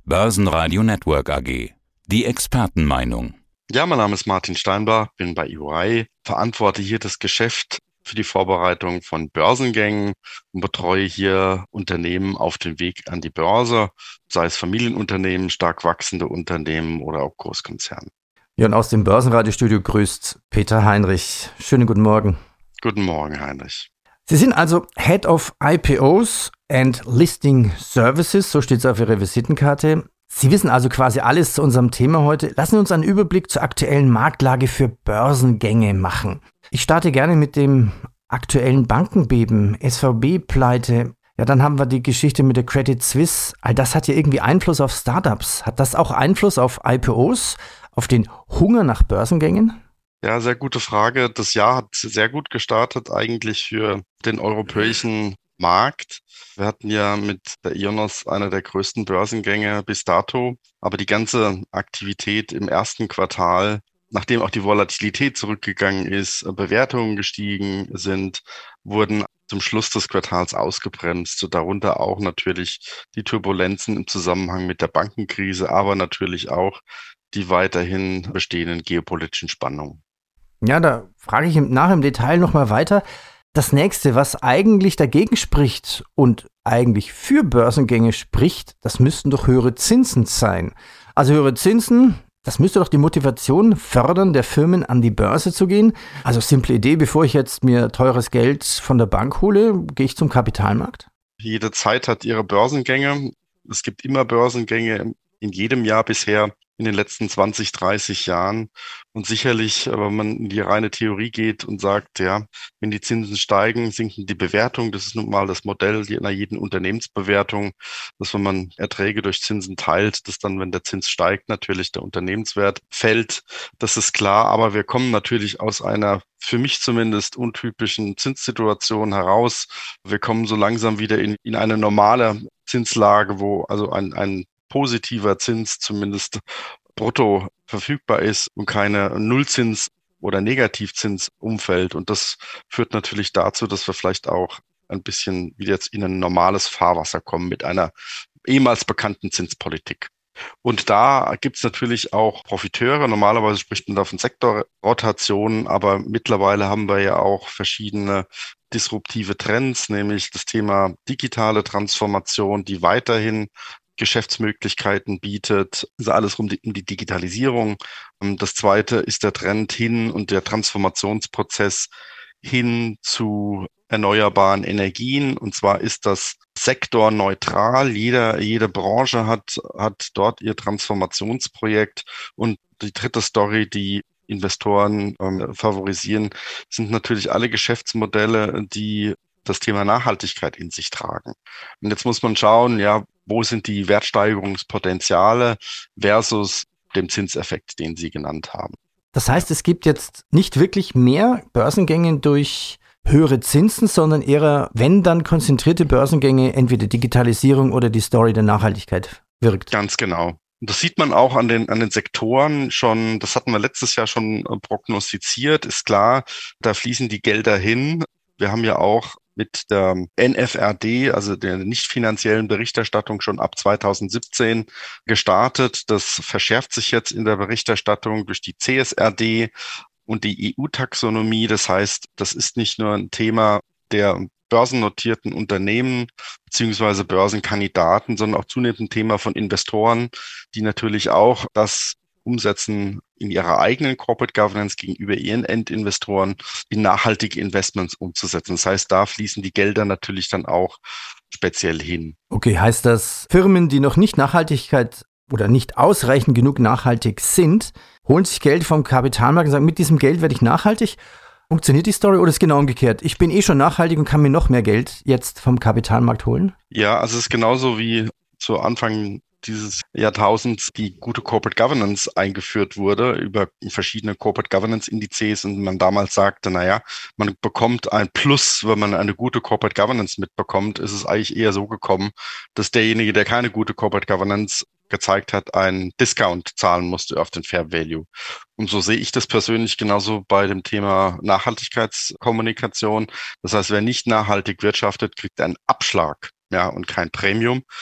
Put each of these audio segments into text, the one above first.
Börsenradio Network AG. Die Expertenmeinung. Ja, mein Name ist Martin Steinbach, bin bei EY, verantworte hier das Geschäft für die Vorbereitung von Börsengängen und betreue hier Unternehmen auf dem Weg an die Börse, sei es Familienunternehmen, stark wachsende Unternehmen oder auch Großkonzerne. Ja, und aus dem Börsenradiostudio grüßt Peter Heinrich. Schönen guten Morgen. Guten Morgen, Heinrich. Sie sind also Head of IPOs and Listing Services, so steht es auf Ihrer Visitenkarte. Sie wissen also quasi alles zu unserem Thema heute. Lassen Sie uns einen Überblick zur aktuellen Marktlage für Börsengänge machen. Ich starte gerne mit dem aktuellen Bankenbeben, SVB-Pleite. Ja, dann haben wir die Geschichte mit der Credit Suisse. All das hat ja irgendwie Einfluss auf Startups. Hat das auch Einfluss auf IPOs, auf den Hunger nach Börsengängen? Ja, sehr gute Frage. Das Jahr hat sehr gut gestartet eigentlich für den europäischen Markt. Wir hatten ja mit der IONOS einer der größten Börsengänge bis dato, aber die ganze Aktivität im ersten Quartal, nachdem auch die Volatilität zurückgegangen ist, Bewertungen gestiegen sind, wurden zum Schluss des Quartals ausgebremst, so darunter auch natürlich die Turbulenzen im Zusammenhang mit der Bankenkrise, aber natürlich auch die weiterhin bestehenden geopolitischen Spannungen. Ja, da frage ich nachher im Detail nochmal weiter. Das nächste, was eigentlich dagegen spricht und eigentlich für Börsengänge spricht, das müssten doch höhere Zinsen sein. Also höhere Zinsen, das müsste doch die Motivation fördern, der Firmen an die Börse zu gehen. Also simple Idee, bevor ich jetzt mir teures Geld von der Bank hole, gehe ich zum Kapitalmarkt? Jede Zeit hat ihre Börsengänge. Es gibt immer Börsengänge in jedem Jahr bisher in den letzten 20, 30 Jahren. Und sicherlich, wenn man in die reine Theorie geht und sagt, ja, wenn die Zinsen steigen, sinken die Bewertungen. Das ist nun mal das Modell einer jeden Unternehmensbewertung, dass wenn man Erträge durch Zinsen teilt, dass dann, wenn der Zins steigt, natürlich der Unternehmenswert fällt. Das ist klar. Aber wir kommen natürlich aus einer für mich zumindest untypischen Zinssituation heraus. Wir kommen so langsam wieder in eine normale Zinslage, wo also ein positiver Zins zumindest brutto verfügbar ist und keine Nullzins- oder Negativzinsumfeld. Und das führt natürlich dazu, dass wir vielleicht auch ein bisschen wieder jetzt in ein normales Fahrwasser kommen mit einer ehemals bekannten Zinspolitik. Und da gibt es natürlich auch Profiteure. Normalerweise spricht man da von Sektorrotationen, aber mittlerweile haben wir ja auch verschiedene disruptive Trends, nämlich das Thema digitale Transformation, die weiterhin Geschäftsmöglichkeiten bietet, also alles um die Digitalisierung. Das zweite ist der Trend hin und der Transformationsprozess hin zu erneuerbaren Energien. Und zwar ist das sektorneutral. Jede Branche hat dort ihr Transformationsprojekt. Und die dritte Story, die Investoren favorisieren, sind natürlich alle Geschäftsmodelle, die das Thema Nachhaltigkeit in sich tragen. Und jetzt muss man schauen, ja, wo sind die Wertsteigerungspotenziale versus dem Zinseffekt, den Sie genannt haben. Das heißt, es gibt jetzt nicht wirklich mehr Börsengänge durch höhere Zinsen, sondern eher, wenn dann konzentrierte Börsengänge, entweder Digitalisierung oder die Story der Nachhaltigkeit wirkt. Ganz genau. Und das sieht man auch an den Sektoren schon, das hatten wir letztes Jahr schon prognostiziert, ist klar, da fließen die Gelder hin. Wir haben ja auch mit der NFRD, also der nicht finanziellen Berichterstattung, schon ab 2017 gestartet. Das verschärft sich jetzt in der Berichterstattung durch die CSRD und die EU-Taxonomie. Das heißt, das ist nicht nur ein Thema der börsennotierten Unternehmen beziehungsweise Börsenkandidaten, sondern auch zunehmend ein Thema von Investoren, die natürlich auch das umsetzen in ihrer eigenen Corporate Governance gegenüber ihren Endinvestoren in nachhaltige Investments umzusetzen. Das heißt, da fließen die Gelder natürlich dann auch speziell hin. Okay, heißt das, Firmen, die noch nicht Nachhaltigkeit oder nicht ausreichend genug nachhaltig sind, holen sich Geld vom Kapitalmarkt und sagen, mit diesem Geld werde ich nachhaltig? Funktioniert die Story oder ist es genau umgekehrt? Ich bin schon nachhaltig und kann mir noch mehr Geld jetzt vom Kapitalmarkt holen? Ja, also es ist genauso wie zu Anfang dieses Jahrtausends die gute Corporate Governance eingeführt wurde über verschiedene Corporate Governance Indizes und man damals sagte, naja, man bekommt ein Plus, wenn man eine gute Corporate Governance mitbekommt, ist es eigentlich eher so gekommen, dass derjenige, der keine gute Corporate Governance gezeigt hat, einen Discount zahlen musste auf den Fair Value. Und so sehe ich das persönlich genauso bei dem Thema Nachhaltigkeitskommunikation. Das heißt, wer nicht nachhaltig wirtschaftet, kriegt einen Abschlag, ja, und kein Premium.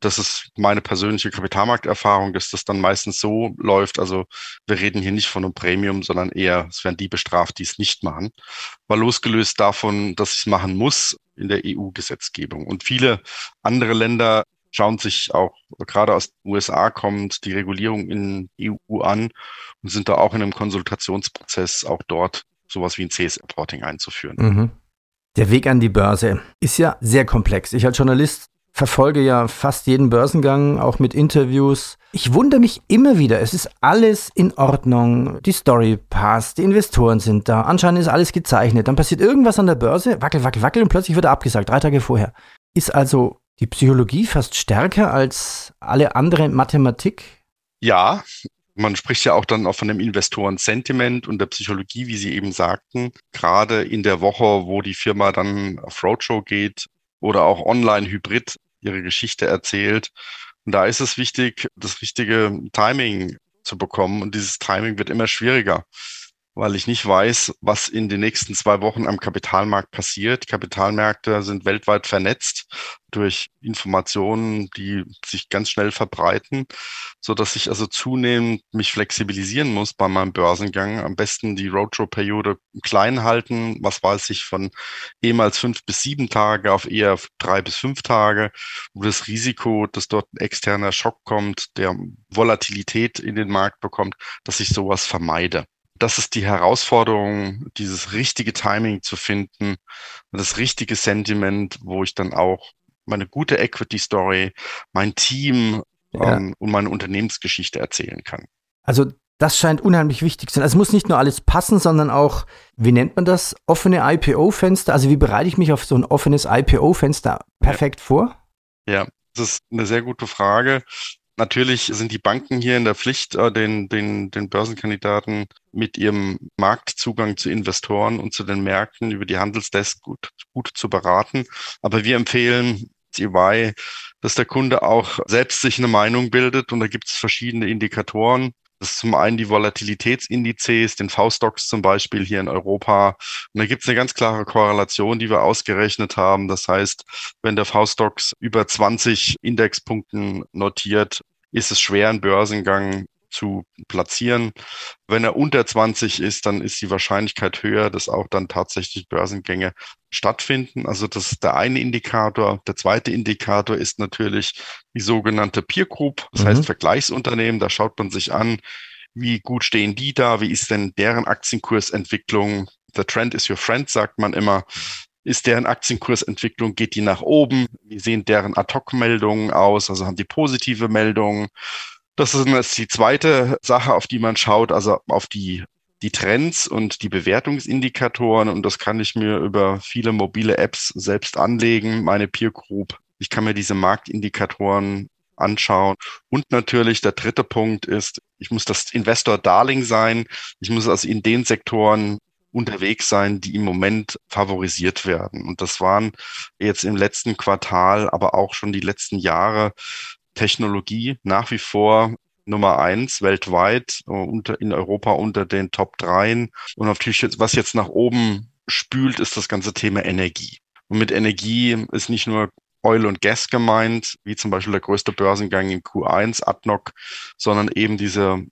Das ist meine persönliche Kapitalmarkterfahrung, dass das dann meistens so läuft. Also wir reden hier nicht von einem Premium, sondern eher, es werden die bestraft, die es nicht machen. Mal losgelöst davon, dass ich es machen muss in der EU-Gesetzgebung. Und viele andere Länder schauen sich auch gerade aus den USA kommend die Regulierung in EU an und sind da auch in einem Konsultationsprozess, auch dort sowas wie ein CS-Reporting einzuführen. Mhm. Der Weg an die Börse ist ja sehr komplex. Ich als Journalist verfolge ja fast jeden Börsengang, auch mit Interviews. Ich wundere mich immer wieder, es ist alles in Ordnung, die Story passt, die Investoren sind da, anscheinend ist alles gezeichnet. Dann passiert irgendwas an der Börse, wackel, wackel, wackel und plötzlich wird er abgesagt, 3 Tage vorher. Ist also die Psychologie fast stärker als alle andere Mathematik? Ja, man spricht ja auch dann auch von dem Investoren-Sentiment und der Psychologie, wie Sie eben sagten. Gerade in der Woche, wo die Firma dann auf Roadshow geht oder auch online-hybrid ihre Geschichte erzählt. Und da ist es wichtig, das richtige Timing zu bekommen. Und dieses Timing wird immer schwieriger, weil ich nicht weiß, was in den nächsten 2 Wochen am Kapitalmarkt passiert. Kapitalmärkte sind weltweit vernetzt durch Informationen, die sich ganz schnell verbreiten, so dass ich also zunehmend mich flexibilisieren muss bei meinem Börsengang. Am besten die Roadshow-Periode klein halten. Was weiß ich, von ehemals 5 bis 7 Tage auf eher 3 bis 5 Tage, wo das Risiko, dass dort ein externer Schock kommt, der Volatilität in den Markt bekommt, dass ich sowas vermeide. Das ist die Herausforderung, dieses richtige Timing zu finden, das richtige Sentiment, wo ich dann auch meine gute Equity-Story, mein Team und meine Unternehmensgeschichte erzählen kann. Also das scheint unheimlich wichtig zu sein. Also es muss nicht nur alles passen, sondern auch, wie nennt man das, offene IPO-Fenster? Also wie bereite ich mich auf so ein offenes IPO-Fenster perfekt vor? Ja, das ist eine sehr gute Frage. Natürlich sind die Banken hier in der Pflicht, den Börsenkandidaten mit ihrem Marktzugang zu Investoren und zu den Märkten über die Handelsdesk gut zu beraten. Aber wir empfehlen EY, dass der Kunde auch selbst sich eine Meinung bildet. Und da gibt es verschiedene Indikatoren. Das ist zum einen die Volatilitätsindizes, den V-Stocks zum Beispiel hier in Europa. Und da gibt es eine ganz klare Korrelation, die wir ausgerechnet haben. Das heißt, wenn der V-Stocks über 20 Indexpunkten notiert, ist es schwer, einen Börsengang zu platzieren. Wenn er unter 20 ist, dann ist die Wahrscheinlichkeit höher, dass auch dann tatsächlich Börsengänge stattfinden. Also das ist der eine Indikator. Der zweite Indikator ist natürlich die sogenannte Peer Group, das heißt Vergleichsunternehmen. Da schaut man sich an, wie gut stehen die da, wie ist denn deren Aktienkursentwicklung. The trend is your friend, sagt man immer. Ist deren Aktienkursentwicklung, geht die nach oben? Wie sehen deren Ad-Hoc-Meldungen aus? Also haben die positive Meldungen? Das ist die zweite Sache, auf die man schaut, also auf die Trends und die Bewertungsindikatoren. Und das kann ich mir über viele mobile Apps selbst anlegen, meine Peer Group. Ich kann mir diese Marktindikatoren anschauen. Und natürlich der dritte Punkt ist, ich muss das Investor-Darling sein. Ich muss also in den Sektoren unterwegs sein, die im Moment favorisiert werden. Und das waren jetzt im letzten Quartal, aber auch schon die letzten Jahre Technologie nach wie vor Nummer 1 weltweit, in Europa unter den Top 3. Und natürlich, was jetzt nach oben spült, ist das ganze Thema Energie. Und mit Energie ist nicht nur Oil und Gas gemeint, wie zum Beispiel der größte Börsengang in Q1, ADNOC, sondern eben diese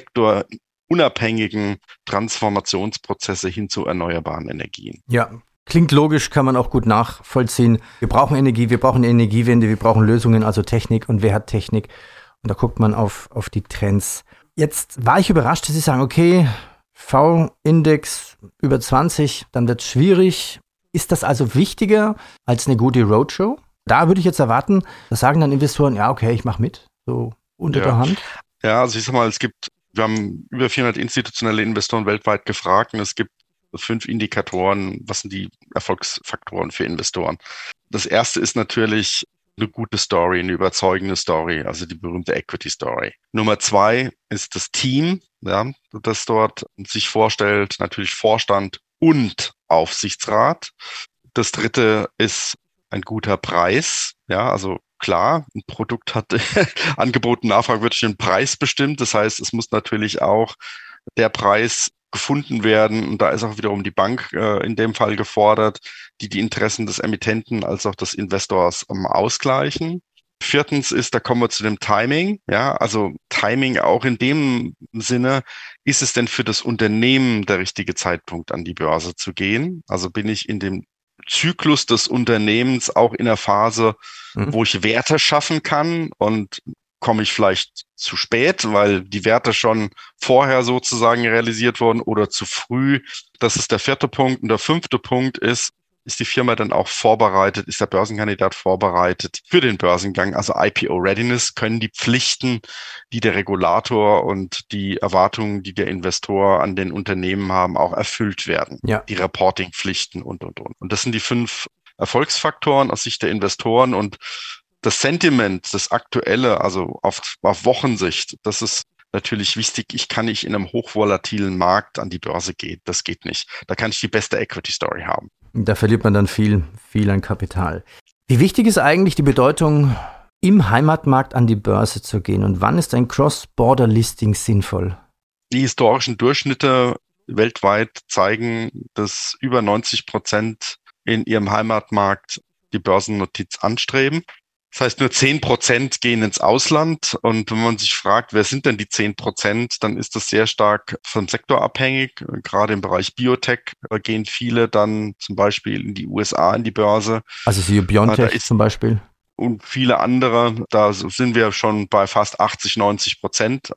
sektorunabhängigen Transformationsprozesse hin zu erneuerbaren Energien. Ja, klingt logisch, kann man auch gut nachvollziehen. Wir brauchen Energie, wir brauchen Energiewende, wir brauchen Lösungen, also Technik und wer hat Technik? Und da guckt man auf die Trends. Jetzt war ich überrascht, dass Sie sagen, okay, V-Index über 20, dann wird es schwierig. Ist das also wichtiger als eine gute Roadshow? Da würde ich jetzt erwarten, da sagen dann Investoren, ja, okay, ich mache mit, so unter der Hand. Ja, also ich sag mal, wir haben über 400 institutionelle Investoren weltweit gefragt und es gibt 5 Indikatoren, was sind die Erfolgsfaktoren für Investoren. Das erste ist natürlich eine gute Story, eine überzeugende Story, also die berühmte Equity Story. Nummer 2 ist das Team, ja, das dort sich vorstellt, natürlich Vorstand und Aufsichtsrat. Das dritte ist ein guter Preis, ja, also klar, ein Produkt hat Angebot und Nachfrage wird durch den Preis bestimmt. Das heißt, es muss natürlich auch der Preis gefunden werden. Und da ist auch wiederum die Bank in dem Fall gefordert, die Interessen des Emittenten als auch des Investors ausgleichen. Viertens ist, da kommen wir zu dem Timing. Ja, also Timing auch in dem Sinne, ist es denn für das Unternehmen der richtige Zeitpunkt, an die Börse zu gehen? Also bin ich in dem Zyklus des Unternehmens auch in der Phase, wo ich Werte schaffen kann, und komme ich vielleicht zu spät, weil die Werte schon vorher sozusagen realisiert wurden, oder zu früh? Das ist der vierte Punkt. Und der fünfte Punkt ist die Firma dann auch vorbereitet, ist der Börsenkandidat vorbereitet für den Börsengang? Also IPO Readiness, können die Pflichten, die der Regulator und die Erwartungen, die der Investor an den Unternehmen haben, auch erfüllt werden? Ja. Die Reporting-Pflichten und. Und das sind die 5 Erfolgsfaktoren aus Sicht der Investoren, und das Sentiment, das Aktuelle, also auf Wochensicht, das ist natürlich wichtig. Ich kann nicht in einem hochvolatilen Markt an die Börse gehen. Das geht nicht. Da kann ich die beste Equity-Story haben. Da verliert man dann viel an Kapital. Wie wichtig ist eigentlich die Bedeutung, im Heimatmarkt an die Börse zu gehen? Und wann ist ein Cross-Border-Listing sinnvoll? Die historischen Durchschnitte weltweit zeigen, dass über 90% in ihrem Heimatmarkt die Börsennotiz anstreben. Das heißt, nur 10% gehen ins Ausland. Und wenn man sich fragt, wer sind denn die 10%, dann ist das sehr stark vom Sektor abhängig. Gerade im Bereich Biotech gehen viele dann zum Beispiel in die USA in die Börse. Also so BioNTech zum Beispiel. Und viele andere, da sind wir schon bei fast 80-90%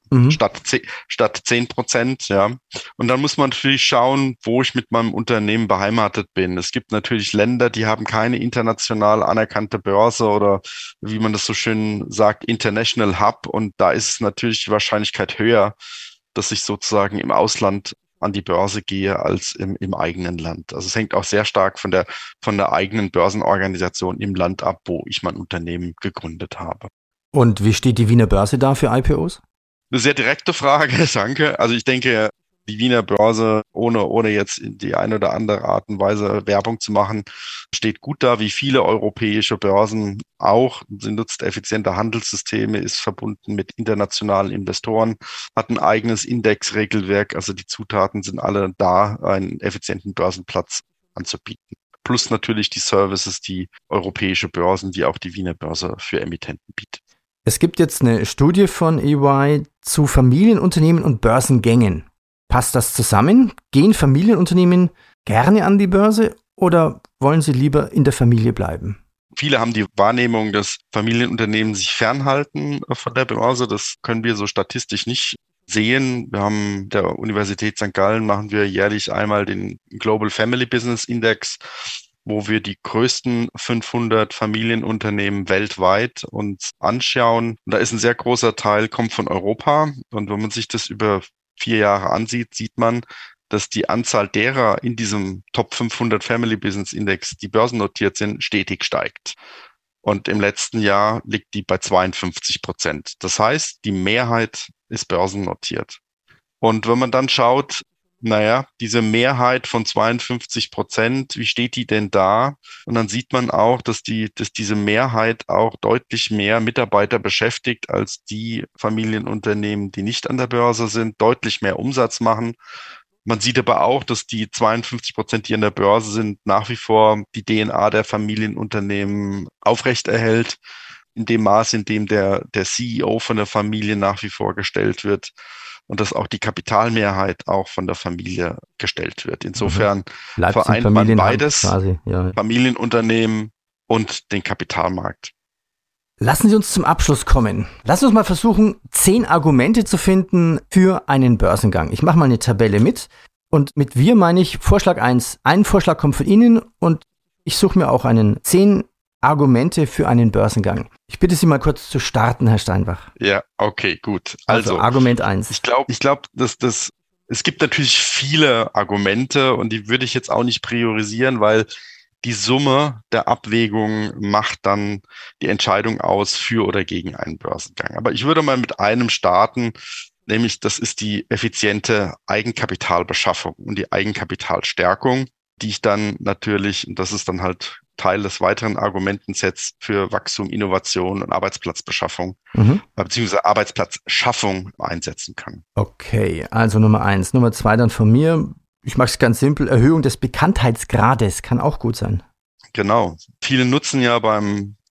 statt 10%, ja. Und dann muss man natürlich schauen, wo ich mit meinem Unternehmen beheimatet bin. Es gibt natürlich Länder, die haben keine international anerkannte Börse, oder wie man das so schön sagt, International Hub. Und da ist natürlich die Wahrscheinlichkeit höher, dass ich sozusagen im Ausland an die Börse gehe als im eigenen Land. Also es hängt auch sehr stark von der eigenen Börsenorganisation im Land ab, wo ich mein Unternehmen gegründet habe. Und wie steht die Wiener Börse da für IPOs? Eine sehr direkte Frage, danke. Also ich denke, die Wiener Börse, ohne jetzt in die eine oder andere Art und Weise Werbung zu machen, steht gut da, wie viele europäische Börsen auch. Sie nutzt effiziente Handelssysteme, ist verbunden mit internationalen Investoren, hat ein eigenes Indexregelwerk. Also die Zutaten sind alle da, einen effizienten Börsenplatz anzubieten. Plus natürlich die Services, die europäische Börsen, die auch die Wiener Börse für Emittenten bietet. Es gibt jetzt eine Studie von EY zu Familienunternehmen und Börsengängen. Passt das zusammen? Gehen Familienunternehmen gerne an die Börse oder wollen sie lieber in der Familie bleiben? Viele haben die Wahrnehmung, dass Familienunternehmen sich fernhalten von der Börse. Das können wir so statistisch nicht sehen. Wir haben der Universität St. Gallen, machen wir jährlich einmal den Global Family Business Index, wo wir die größten 500 Familienunternehmen weltweit uns anschauen. Und da ist ein sehr großer Teil, kommt von Europa. Und wenn man sich das über 4 Jahre ansieht, sieht man, dass die Anzahl derer in diesem Top 500 Family Business Index, die börsennotiert sind, stetig steigt. Und im letzten Jahr liegt die bei 52%. Das heißt, die Mehrheit ist börsennotiert. Und wenn man dann schaut, diese Mehrheit von 52%, wie steht die denn da? Und dann sieht man auch, dass diese Mehrheit auch deutlich mehr Mitarbeiter beschäftigt als die Familienunternehmen, die nicht an der Börse sind, deutlich mehr Umsatz machen. Man sieht aber auch, dass die 52%, die an der Börse sind, nach wie vor die DNA der Familienunternehmen aufrechterhält, in dem Maß, in dem der CEO von der Familie nach wie vor gestellt wird. Und dass auch die Kapitalmehrheit auch von der Familie gestellt wird. Insofern vereint man beides, quasi, ja. Familienunternehmen und den Kapitalmarkt. Lassen Sie uns zum Abschluss kommen. Lassen Sie uns mal versuchen, 10 Argumente zu finden für einen Börsengang. Ich mache mal eine Tabelle mit. Und mit wir meine ich Vorschlag 1. Ein Vorschlag kommt von Ihnen und ich suche mir auch 10 Argumente für einen Börsengang. Ich bitte Sie mal kurz zu starten, Herr Steinbach. Ja, okay, gut. Also Argument 1. Ich glaube, dass es gibt natürlich viele Argumente und die würde ich jetzt auch nicht priorisieren, weil die Summe der Abwägungen macht dann die Entscheidung aus für oder gegen einen Börsengang. Aber ich würde mal mit einem starten, nämlich das ist die effiziente Eigenkapitalbeschaffung und die Eigenkapitalstärkung, die ich dann natürlich, und das ist dann halt Teil des weiteren Argumentensets für Wachstum, Innovation und Arbeitsplatzbeschaffung, beziehungsweise Arbeitsplatzschaffung einsetzen kann. Okay, also Nummer 1. Nummer 2 dann von mir. Ich mache es ganz simpel. Erhöhung des Bekanntheitsgrades kann auch gut sein. Genau. Viele nutzen ja beim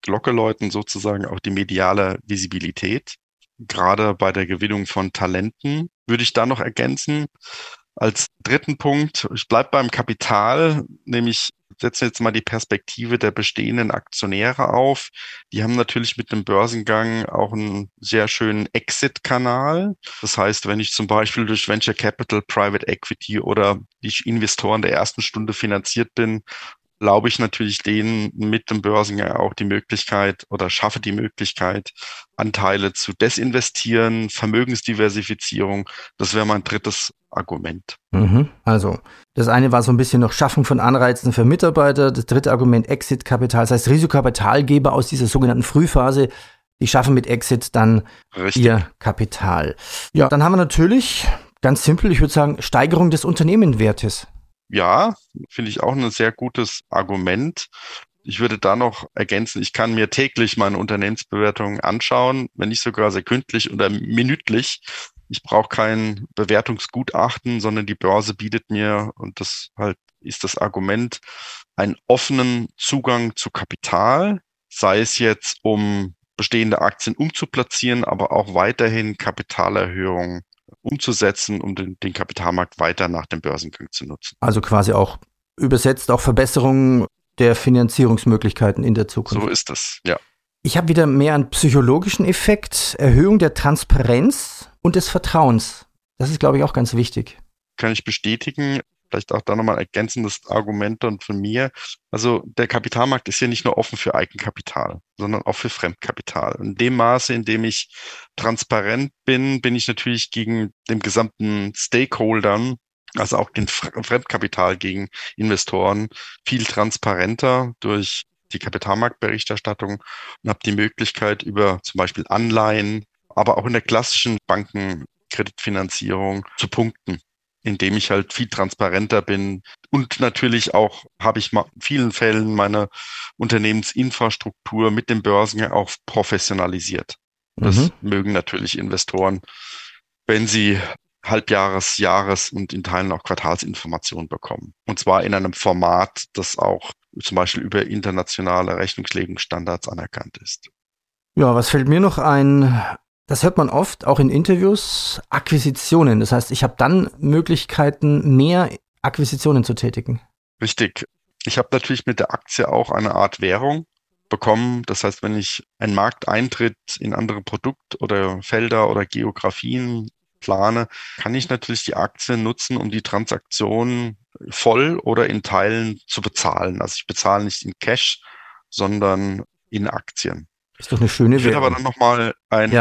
Glocke läuten, sozusagen auch die mediale Visibilität. Gerade bei der Gewinnung von Talenten würde ich da noch ergänzen. Als dritten Punkt, ich bleibe beim Kapital, nämlich setzen jetzt mal die Perspektive der bestehenden Aktionäre auf. Die haben natürlich mit dem Börsengang auch einen sehr schönen Exit-Kanal. Das heißt, wenn ich zum Beispiel durch Venture Capital, Private Equity oder die Investoren der ersten Stunde finanziert bin, erlaube ich natürlich denen mit dem Börsengang auch die Möglichkeit oder schaffe die Möglichkeit, Anteile zu desinvestieren, Vermögensdiversifizierung. Das wäre mein drittes Argument. Also, das eine war so ein bisschen noch Schaffen von Anreizen für Mitarbeiter. Das dritte Argument Exit-Kapital, das heißt Risikokapitalgeber aus dieser sogenannten Frühphase, die schaffen mit Exit dann ihr Kapital. Ja, dann haben wir natürlich, ganz simpel, ich würde sagen, Steigerung des Unternehmenwertes. Ja, finde ich auch ein sehr gutes Argument. Ich würde da noch ergänzen, ich kann mir täglich meine Unternehmensbewertungen anschauen, wenn nicht sogar sekündlich oder minütlich. Ich brauche kein Bewertungsgutachten, sondern die Börse bietet mir, und das halt ist das Argument, einen offenen Zugang zu Kapital, sei es jetzt, um bestehende Aktien umzuplatzieren, aber auch weiterhin Kapitalerhöhungen umzusetzen, um den Kapitalmarkt weiter nach dem Börsengang zu nutzen. Also quasi auch übersetzt auch Verbesserungen der Finanzierungsmöglichkeiten in der Zukunft. So ist es, ja. Ich habe wieder mehr einen psychologischen Effekt, Erhöhung der Transparenz und des Vertrauens. Das ist, glaube ich, auch ganz wichtig. Kann ich bestätigen. Vielleicht auch da nochmal ergänzendes Argument dann von mir. Also der Kapitalmarkt ist ja nicht nur offen für Eigenkapital, sondern auch für Fremdkapital. In dem Maße, in dem ich transparent bin, bin ich natürlich gegen den gesamten Stakeholdern, also auch den Fremdkapital gegen Investoren, viel transparenter durch die Kapitalmarktberichterstattung und habe die Möglichkeit, über zum Beispiel Anleihen, aber auch in der klassischen Bankenkreditfinanzierung zu punkten, indem ich halt viel transparenter bin. Und natürlich auch habe ich in vielen Fällen meine Unternehmensinfrastruktur mit dem Börsengang auch professionalisiert. Das mögen natürlich Investoren, wenn sie Halbjahres-, Jahres- und in Teilen auch Quartalsinformationen bekommen. Und zwar in einem Format, das auch zum Beispiel über internationale Rechnungslegungsstandards anerkannt ist. Ja, was fällt mir noch ein? Das hört man oft, auch in Interviews, Akquisitionen. Das heißt, ich habe dann Möglichkeiten, mehr Akquisitionen zu tätigen. Richtig. Ich habe natürlich mit der Aktie auch eine Art Währung bekommen. Das heißt, wenn ich einen Markteintritt in andere Produkt- oder Felder oder Geografien plane, kann ich natürlich die Aktie nutzen, um die Transaktion voll oder in Teilen zu bezahlen. Also ich bezahle nicht in Cash, sondern in Aktien. Ist doch eine schöne Ich würde Währung. aber dann nochmal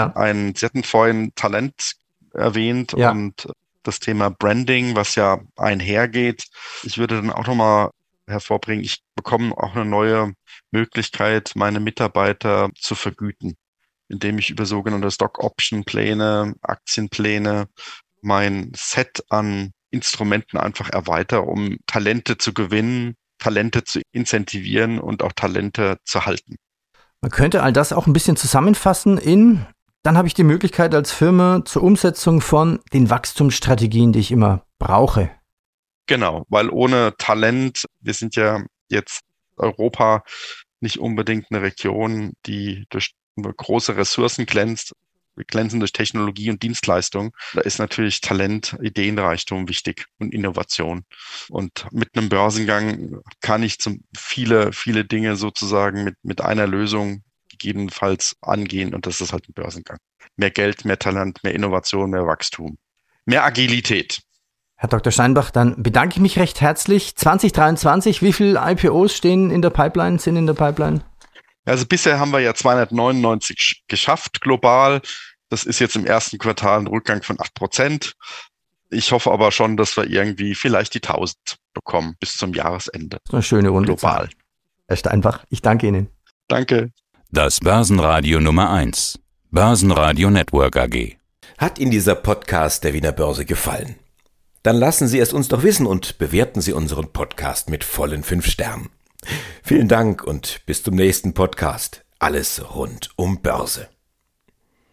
Sie hatten vorhin Talent erwähnt und das Thema Branding, was ja einhergeht. Ich würde dann auch nochmal hervorbringen, ich bekomme auch eine neue Möglichkeit, meine Mitarbeiter zu vergüten, indem ich über sogenannte Stock-Option-Pläne, Aktienpläne mein Set an Instrumenten einfach erweitere, um Talente zu gewinnen, Talente zu incentivieren und auch Talente zu halten. Man könnte all das auch ein bisschen zusammenfassen dann habe ich die Möglichkeit als Firma zur Umsetzung von den Wachstumsstrategien, die ich immer brauche. Genau, weil ohne Talent, wir sind ja jetzt Europa nicht unbedingt eine Region, die durch große Ressourcen glänzt. Wir glänzen durch Technologie und Dienstleistung. Da ist natürlich Talent, Ideenreichtum wichtig und Innovation. Und mit einem Börsengang kann ich viele, viele Dinge sozusagen mit einer Lösung gegebenenfalls angehen. Und das ist halt ein Börsengang. Mehr Geld, mehr Talent, mehr Innovation, mehr Wachstum, mehr Agilität. Herr Dr. Steinbach, dann bedanke ich mich recht herzlich. 2023, wie viele IPOs sind in der Pipeline? Also bisher haben wir ja 299 geschafft global. Das ist jetzt im ersten Quartal ein Rückgang von 8%. Ich hoffe aber schon, dass wir irgendwie vielleicht die 1000 bekommen bis zum Jahresende. Das ist eine schöne Runde. Global. Herr Steinbach, ich danke Ihnen. Danke. Das Börsenradio Nummer 1. Börsenradio Network AG. Hat Ihnen dieser Podcast der Wiener Börse gefallen? Dann lassen Sie es uns doch wissen und bewerten Sie unseren Podcast mit vollen 5 Sternen. Vielen Dank und bis zum nächsten Podcast. Alles rund um Börse.